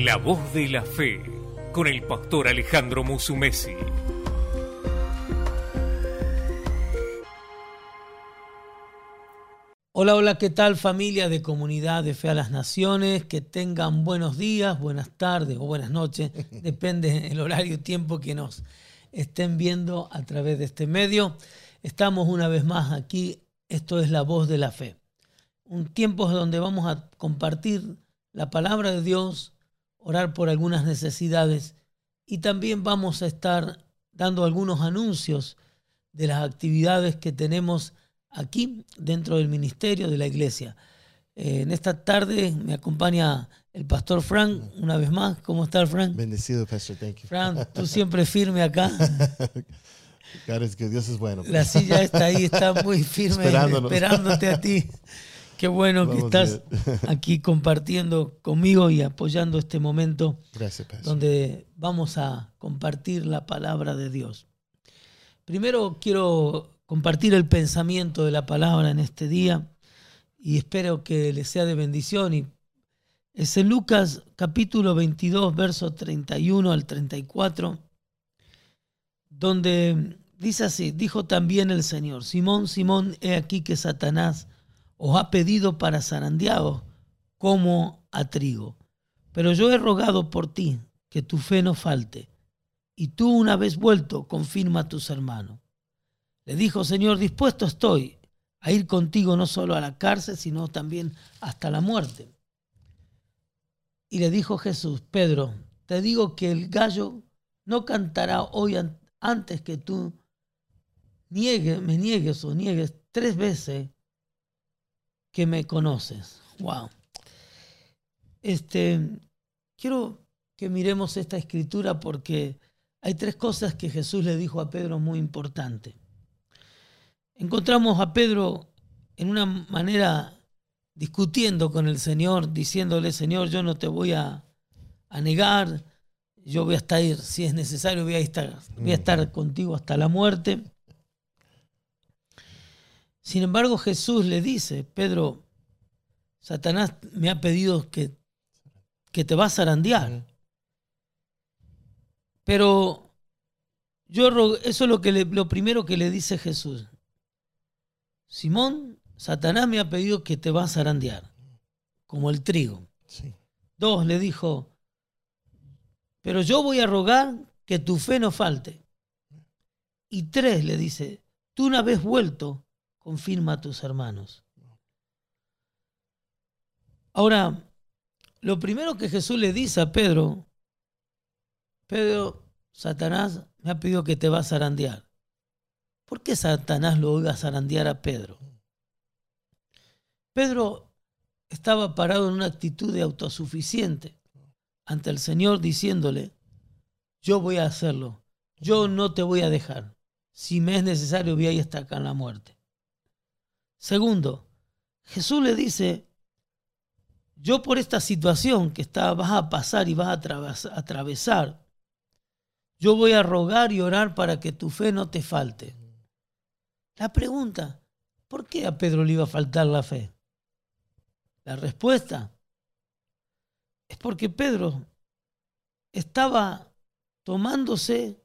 La voz de la fe, con el pastor Alejandro Musumeci. Hola, hola, ¿qué tal familia de Comunidad de Fe a las Naciones? Que tengan buenos días, buenas tardes o buenas noches, depende el horario y tiempo que nos estén viendo a través de este medio. Estamos una vez más aquí, esto es La Voz de la Fe. Un tiempo donde vamos a compartir la palabra de Dios, orar por algunas necesidades y también vamos a estar dando algunos anuncios de las actividades que tenemos aquí dentro del ministerio de la iglesia. En esta tarde me acompaña el pastor Frank, una vez más. ¿Cómo está, Frank? Bendecido, pastor. Thank you. Frank, tú siempre firme acá. God is good. Dios es bueno. La silla está ahí, está muy firme, esperándote a ti. Qué bueno que estás aquí compartiendo conmigo y apoyando este momento. Gracias, pastor. Donde vamos a compartir la palabra de Dios. Primero quiero compartir el pensamiento de la palabra en este día y espero que les sea de bendición. Y es en Lucas capítulo 22, versos 31 al 34, donde dice así: dijo también el Señor: Simón, Simón, he aquí que Satanás os ha pedido para zarandearos como a trigo. Pero yo he rogado por ti que tu fe no falte, y tú, una vez vuelto, confirma a tus hermanos. Le dijo: Señor, dispuesto estoy a ir contigo no solo a la cárcel, sino también hasta la muerte. Y le dijo Jesús: Pedro, te digo que el gallo no cantará hoy antes que tú me niegues 3 veces que me conoces. Wow. Quiero que miremos esta escritura porque hay 3 cosas que Jesús le dijo a Pedro muy importantes. Encontramos a Pedro en una manera discutiendo con el Señor, diciéndole: Señor, yo no te voy a negar, yo voy a estar, si es necesario, voy a estar contigo hasta la muerte. Sin embargo, Jesús le dice: Pedro, Satanás me ha pedido que te va a zarandear. Pero eso es lo primero que le dice Jesús. Simón, Satanás me ha pedido que te va a zarandear, como el trigo. Sí. 2, le dijo: pero yo voy a rogar que tu fe no falte. Y 3, le dice: tú, una vez vuelto, confirma a tus hermanos. Ahora, lo primero que Jesús le dice a Pedro: Pedro, Satanás me ha pedido que te va a zarandear. ¿Por qué Satanás lo iba a zarandear a Pedro? Pedro estaba parado en una actitud de autosuficiente ante el Señor, diciéndole: yo voy a hacerlo, yo no te voy a dejar. Si me es necesario, voy a ir hasta acá en la muerte. Segundo, Jesús le dice: yo por esta situación que vas a pasar y vas a atravesar, yo voy a rogar y orar para que tu fe no te falte. La pregunta: ¿por qué a Pedro le iba a faltar la fe? La respuesta es porque Pedro estaba tomándose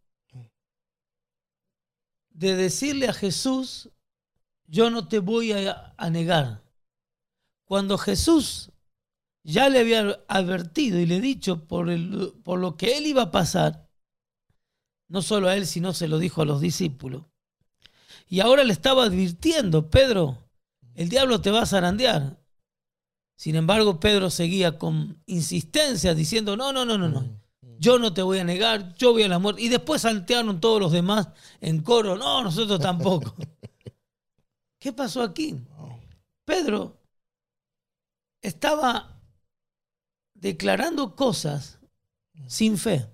de decirle a Jesús: yo no te voy a negar. Cuando Jesús ya le había advertido y le dicho por lo que él iba a pasar, no solo a él, sino se lo dijo a los discípulos. Y ahora le estaba advirtiendo: Pedro, el diablo te va a zarandear. Sin embargo, Pedro seguía con insistencia diciendo: no, yo no te voy a negar, yo voy a la muerte. Y después saltearon todos los demás en coro: no, nosotros tampoco. ¿Qué pasó aquí? Pedro estaba declarando cosas sin fe.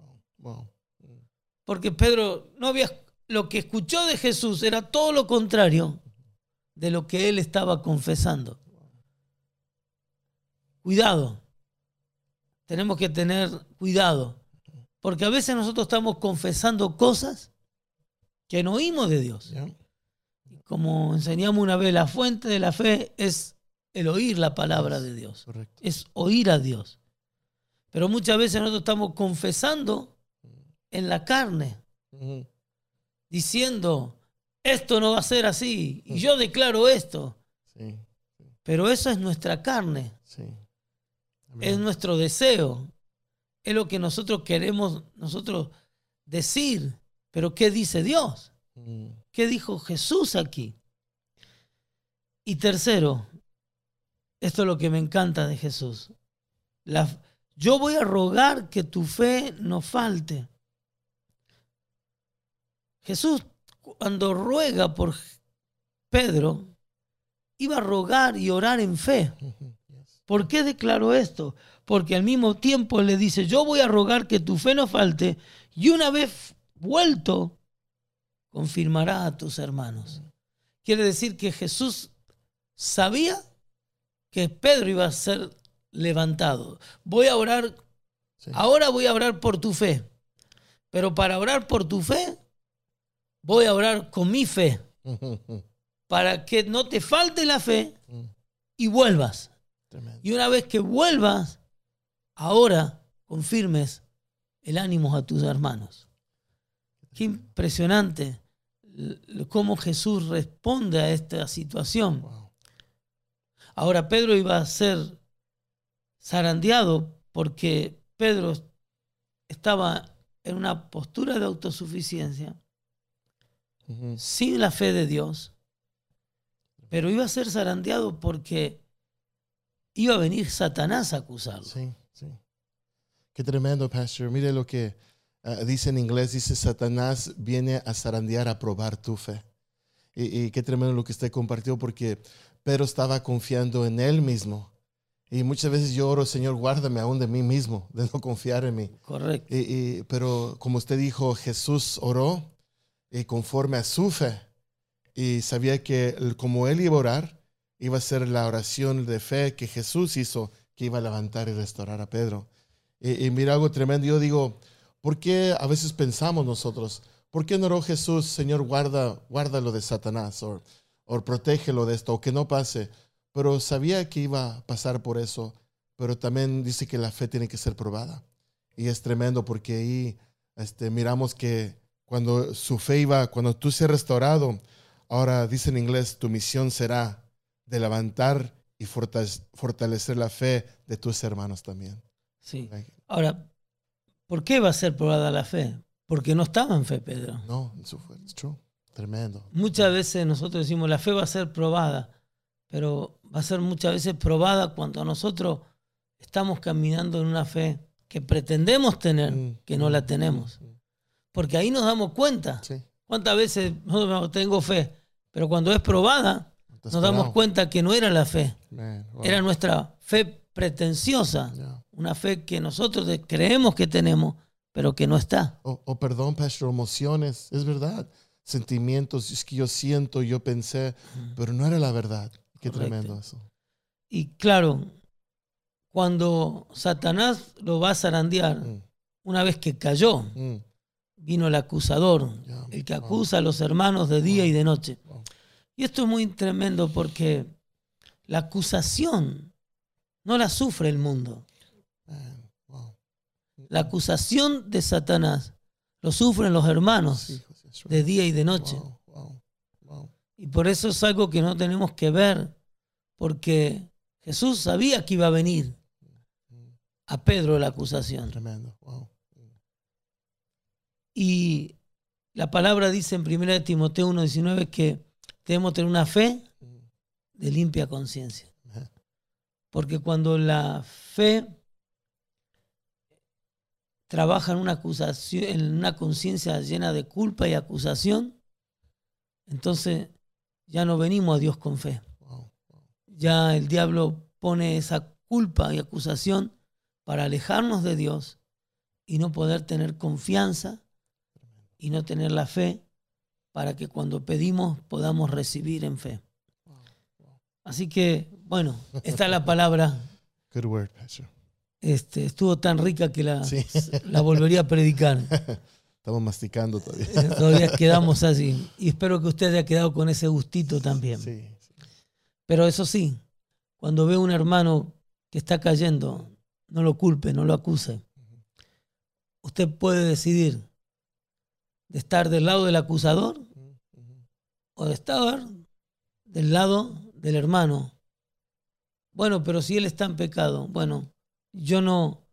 Porque Pedro lo que escuchó de Jesús era todo lo contrario de lo que él estaba confesando. Cuidado. Tenemos que tener cuidado. Porque a veces nosotros estamos confesando cosas que no oímos de Dios. Como enseñamos una vez, la fuente de la fe es el oír la palabra de Dios. Correcto. Es oír a Dios. Pero muchas veces nosotros estamos confesando en la carne, Mhm. diciendo, esto no va a ser así, y yo declaro esto. Sí. Pero eso es nuestra carne, Sí. es Amén. nuestro deseo, es lo que nosotros queremos nosotros decir. Pero ¿qué dice Dios? Mm. ¿Qué dijo Jesús aquí? Y tercero, esto es lo que me encanta de Jesús. Yo voy a rogar que tu fe no falte. Jesús, cuando ruega por Pedro, iba a rogar y orar en fe. Mhm. Yes. ¿Por qué declaró esto? Porque al mismo tiempo le dice, yo voy a rogar que tu fe no falte, y una vez vuelto, confirmará a tus hermanos. Quiere decir que Jesús sabía que Pedro iba a ser levantado. Voy a orar, Sí. ahora voy a orar por tu fe, pero para orar por tu fe, voy a orar con mi fe, Mhm. para que no te falte la fe Mm. y vuelvas. Tremendo. Y una vez que vuelvas, ahora confirmes el ánimo a tus hermanos. Qué impresionante cómo Jesús responde a esta situación. Wow. Ahora Pedro iba a ser zarandeado porque Pedro estaba en una postura de autosuficiencia, Mhm. sin la fe de Dios, pero iba a ser zarandeado porque iba a venir Satanás a acusarlo. Sí, sí. Qué tremendo, Pastor. Mire lo que dice en inglés, dice Satanás viene a zarandear, a probar tu fe. Y qué tremendo lo que usted compartió, porque Pedro estaba confiando en él mismo. Y muchas veces yo oro, Señor, guárdame aún de mí mismo, de no confiar en mí. Correcto. Pero como usted dijo, Jesús oró conforme a su fe. Y sabía que como él iba a orar, iba a ser la oración de fe que Jesús hizo, que iba a levantar y restaurar a Pedro. Y mira algo tremendo, yo digo, ¿por qué a veces pensamos nosotros, por qué no oró Jesús, Señor, guárdalo de Satanás, o protégelo de esto, o que no pase? Pero sabía que iba a pasar por eso, pero también dice que la fe tiene que ser probada. Y es tremendo porque ahí miramos que cuando su fe iba, cuando tú seas restaurado, ahora dice en inglés, tu misión será de levantar y fortalecer la fe de tus hermanos también. Sí. Ahora, ¿por qué va a ser probada la fe? Porque no estaba en fe, Pedro. No, it's true. Tremendo. Muchas veces nosotros decimos, la fe va a ser probada, pero va a ser muchas veces probada cuando nosotros estamos caminando en una fe que pretendemos tener, que no la tenemos. Porque ahí nos damos cuenta. Sí. ¿Cuántas veces nosotros tengo fe? Pero cuando es probada, nos damos cuenta que no era la fe. Man, wow. Era nuestra fe pretenciosa. Yeah. Una fe que nosotros creemos que tenemos, pero que no está. O perdón, Pastor, emociones, es verdad. Sentimientos, es que yo siento, yo pensé, pero no era la verdad. Qué Correcto. tremendo eso. Y claro, cuando Satanás lo va a zarandear, una vez que cayó, vino el acusador, Yeah. el que acusa a los hermanos de día y de noche. Wow. Y esto es muy tremendo porque la acusación no la sufre el mundo. Man, wow. La acusación de Satanás lo sufren los hermanos Sí, that's right. de día y de noche. Wow, wow, wow. Y por eso es algo que no tenemos que ver, porque Jesús sabía que iba a venir a Pedro la acusación. Tremendo. Wow. Y la palabra dice en 1 Timoteo 1:19 que debemos tener una fe de limpia conciencia. Porque cuando la fe trabaja en una acusación, en una conciencia llena de culpa y acusación, entonces ya no venimos a Dios con fe. Wow. Ya el diablo pone esa culpa y acusación para alejarnos de Dios y no poder tener confianza y no tener la fe para que cuando pedimos podamos recibir en fe. Así que, bueno, esta es la palabra. Good word, Pastor. Estuvo tan rica que Sí. la volvería a predicar. Estamos masticando todavía. Todavía quedamos así. Y espero que usted haya quedado con ese gustito también. Sí. Pero eso sí, cuando veo un hermano que está cayendo, no lo culpe, no lo acuse. Usted puede decidir de estar del lado del acusador o de estar del lado del hermano. Bueno, pero si él está en pecado, bueno, yo no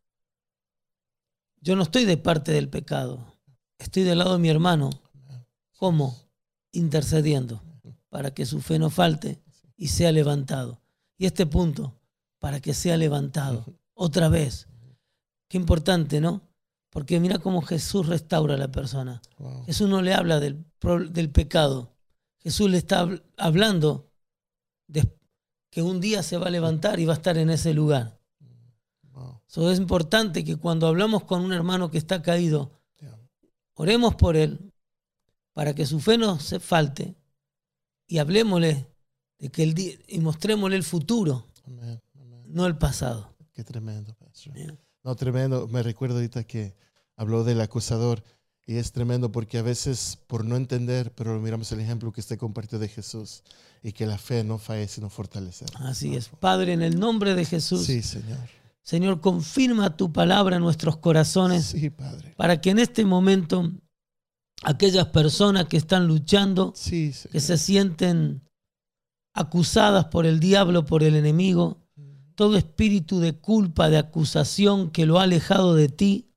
estoy de parte del pecado. Estoy del lado de mi hermano. ¿Cómo? Intercediendo para que su fe no falte y sea levantado. Y este punto, para que sea levantado otra vez. Qué importante, ¿no? Porque mira cómo Jesús restaura a la persona. Wow. Jesús no le habla del pecado. Jesús le está hablando de que un día se va a levantar y va a estar en ese lugar. Wow. So, es importante que cuando hablamos con un hermano que está caído, Yeah. oremos por él para que su fe no se falte y hablemosle de que y mostrémosle el futuro, Amén. Amén. no el pasado. Qué tremendo, Pastor. Yeah. No, tremendo. Me recuerdo ahorita que habló del acusador y es tremendo porque a veces por no entender, pero miramos el ejemplo que usted compartió de Jesús y que la fe no falle sino fortalecer. Así es. Padre, en el nombre de Jesús, Sí, Señor. Señor, confirma tu palabra en nuestros corazones Sí, Padre. para que en este momento aquellas personas que están luchando, Sí, Señor. que se sienten acusadas por el diablo, por el enemigo, todo espíritu de culpa, de acusación que lo ha alejado de ti,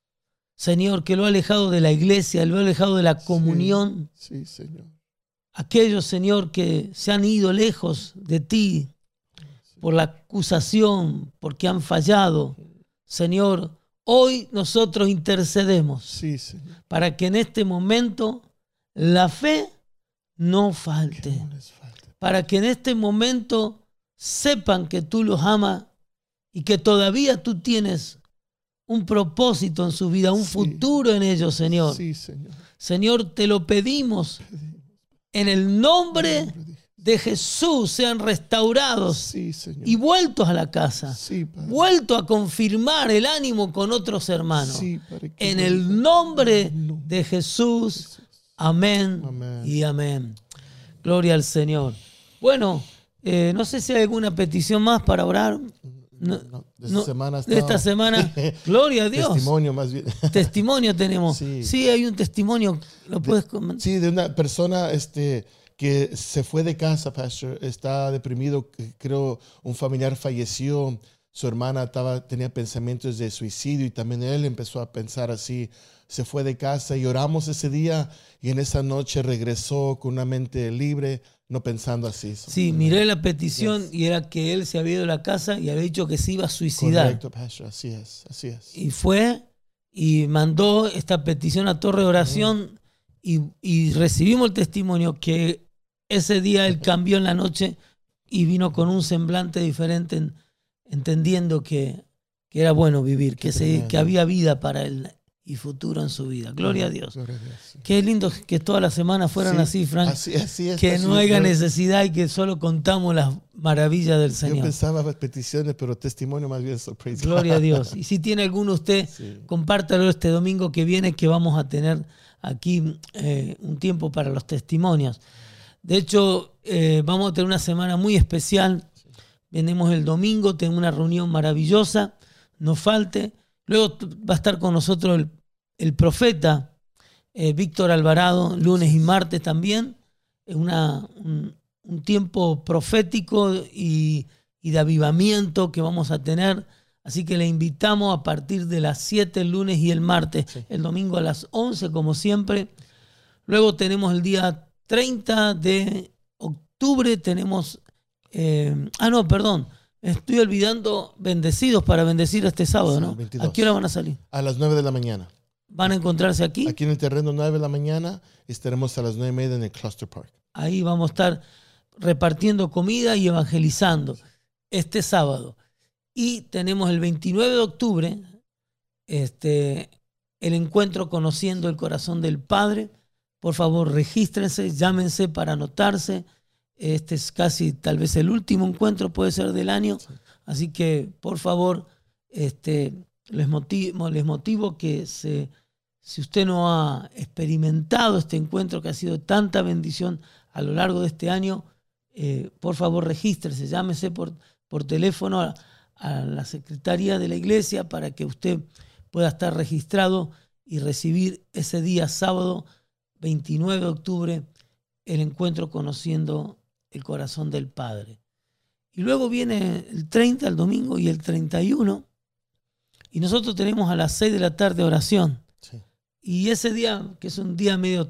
Señor, que lo ha alejado de la iglesia, lo ha alejado de la comunión. Sí, Señor. Aquellos, Señor, que se han ido lejos de ti por la acusación, porque han fallado. Señor, hoy nosotros intercedemos Sí, Señor. para que en este momento la fe no Que falte. no les falte. Para que en este momento sepan que tú los amas y que todavía tú tienes un propósito en su vida, un Sí. futuro en ellos, Señor. Sí, Señor. Señor, te lo pedimos en el nombre de Jesús, sean restaurados Sí, Señor. y vueltos a la casa, Sí, Padre. vueltos a confirmar el ánimo con otros hermanos. Sí, Padre. En el nombre No. de Jesús, amén, Amén. y amén. Gloria al Señor. Bueno, no sé si hay alguna petición más para orar. No, De esta no, semana. de esta semana. Gloria a Dios. Testimonio más bien. Testimonio tenemos. Sí. Sí, hay un testimonio. ¿Lo puedes comentar? Sí, de una persona que se fue de casa, Pastor. Está deprimido. Creo un familiar falleció. Su hermana tenía pensamientos de suicidio y también él empezó a pensar así. Se fue de casa y oramos ese día y en esa noche regresó con una mente libre, no pensando así. Sí, miré la petición Yes. y era que él se había ido de la casa y había dicho que se iba a suicidar. Correcto, Pastor. Así es, así es. Y fue y mandó esta petición a Torre de Oración y recibimos el testimonio que ese día él cambió en la noche y vino con un semblante diferente, entendiendo que era bueno vivir, Qué que tremendo. había vida para él y futuro en su vida. Gloria a Dios. Gloria a Dios, sí. Qué lindo que todas las semanas fueran Sí, así, Frank. así es, Que Pastor. no haya Yo- necesidad y que solo contamos las maravillas del Yo Señor. pensaba peticiones, pero testimonio más bien. So praise Gloria a God. Dios. Y si tiene alguno usted, Sí. compártalo este domingo que viene, que vamos a tener aquí un tiempo para los testimonios. De hecho, vamos a tener una semana muy especial. Venimos el domingo, tenemos una reunión maravillosa, no falte. Luego va a estar con nosotros el profeta Víctor Alvarado, lunes y martes también. Es un tiempo profético y de avivamiento que vamos a tener. Así que le invitamos a partir de las 7 el lunes y el martes. Sí. El domingo a las 11, como siempre. Luego tenemos el día 30 de octubre. Tenemos... Estoy olvidando bendecidos para bendecir este sábado, Sí, ¿no? el 22. ¿A qué hora van a salir? A las 9 de la mañana. ¿Van a encontrarse aquí? Aquí en el terreno 9 de la mañana estaremos a las 9:30 en el Cluster Park. Ahí vamos a estar repartiendo comida y evangelizando este sábado. Y tenemos el 29 de octubre el encuentro Conociendo el Corazón del Padre. Por favor, regístrense, llámense para anotarse. Este es casi tal vez el último encuentro, puede ser del año. Sí. Así que, por favor, les motivo que si usted no ha experimentado este encuentro que ha sido tanta bendición a lo largo de este año, por favor regístrese, llámese por teléfono a la secretaría de la iglesia para que usted pueda estar registrado y recibir ese día sábado 29 de octubre el encuentro conociendo el corazón del Padre. Y luego viene el 30, el domingo, y el 31, y nosotros tenemos a las 6 de la tarde oración. Sí. Y ese día, que es un día medio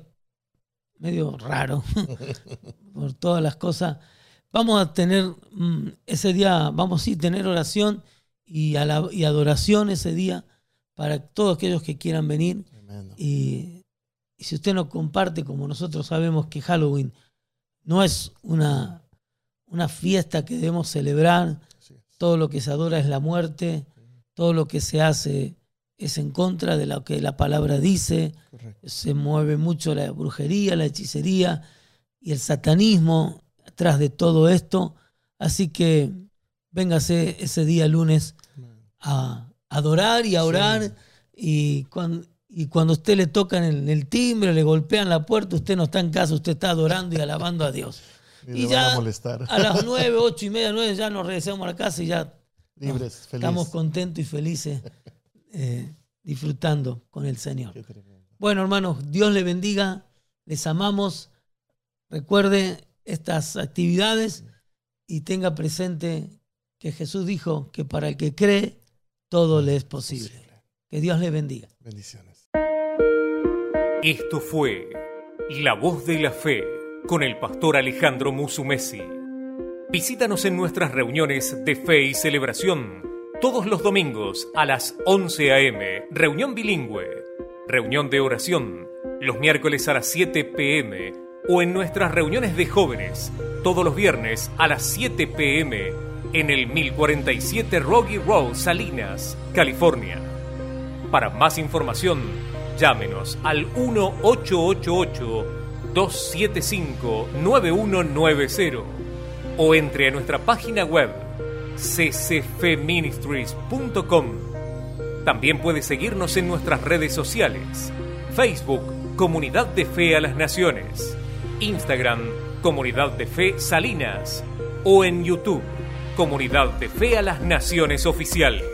raro, por todas las cosas, vamos a tener ese día, vamos a tener oración y adoración ese día para todos aquellos que quieran venir. Y si usted no comparte, como nosotros sabemos que Halloween no es una fiesta que debemos celebrar, todo lo que se adora es la muerte, todo lo que se hace es en contra de lo que la palabra dice. Correcto. Se mueve mucho la brujería, la hechicería y el satanismo atrás de todo esto. Así que véngase ese día lunes a adorar y a orar. Sí. Y cuando usted le tocan en el timbre, le golpean la puerta, usted no está en casa, usted está adorando y alabando a Dios. Y ya a las 9, 8 y media, 9 ya nos regresamos a la casa y ya libres, estamos contentos y felices disfrutando con el Señor. Bueno, hermanos, Dios le bendiga, les amamos. Recuerde estas actividades y tenga presente que Jesús dijo que para el que cree, todo le es posible. Que Dios le bendiga. Bendiciones. Esto fue La Voz de la Fe con el pastor Alejandro Musumeci. Visítanos en nuestras reuniones de fe y celebración todos los domingos a las 11 a.m. Reunión bilingüe, reunión de oración los miércoles a las 7 p.m. o en nuestras reuniones de jóvenes todos los viernes a las 7 p.m. en el 1047 Rocky Road, Salinas, California. Para más información, llámenos al 1-888-275-9190 o entre a nuestra página web ccfministries.com. También puede seguirnos en nuestras redes sociales: Facebook, Comunidad de Fe a las Naciones; Instagram, Comunidad de Fe Salinas; o en YouTube, Comunidad de Fe a las Naciones Oficial.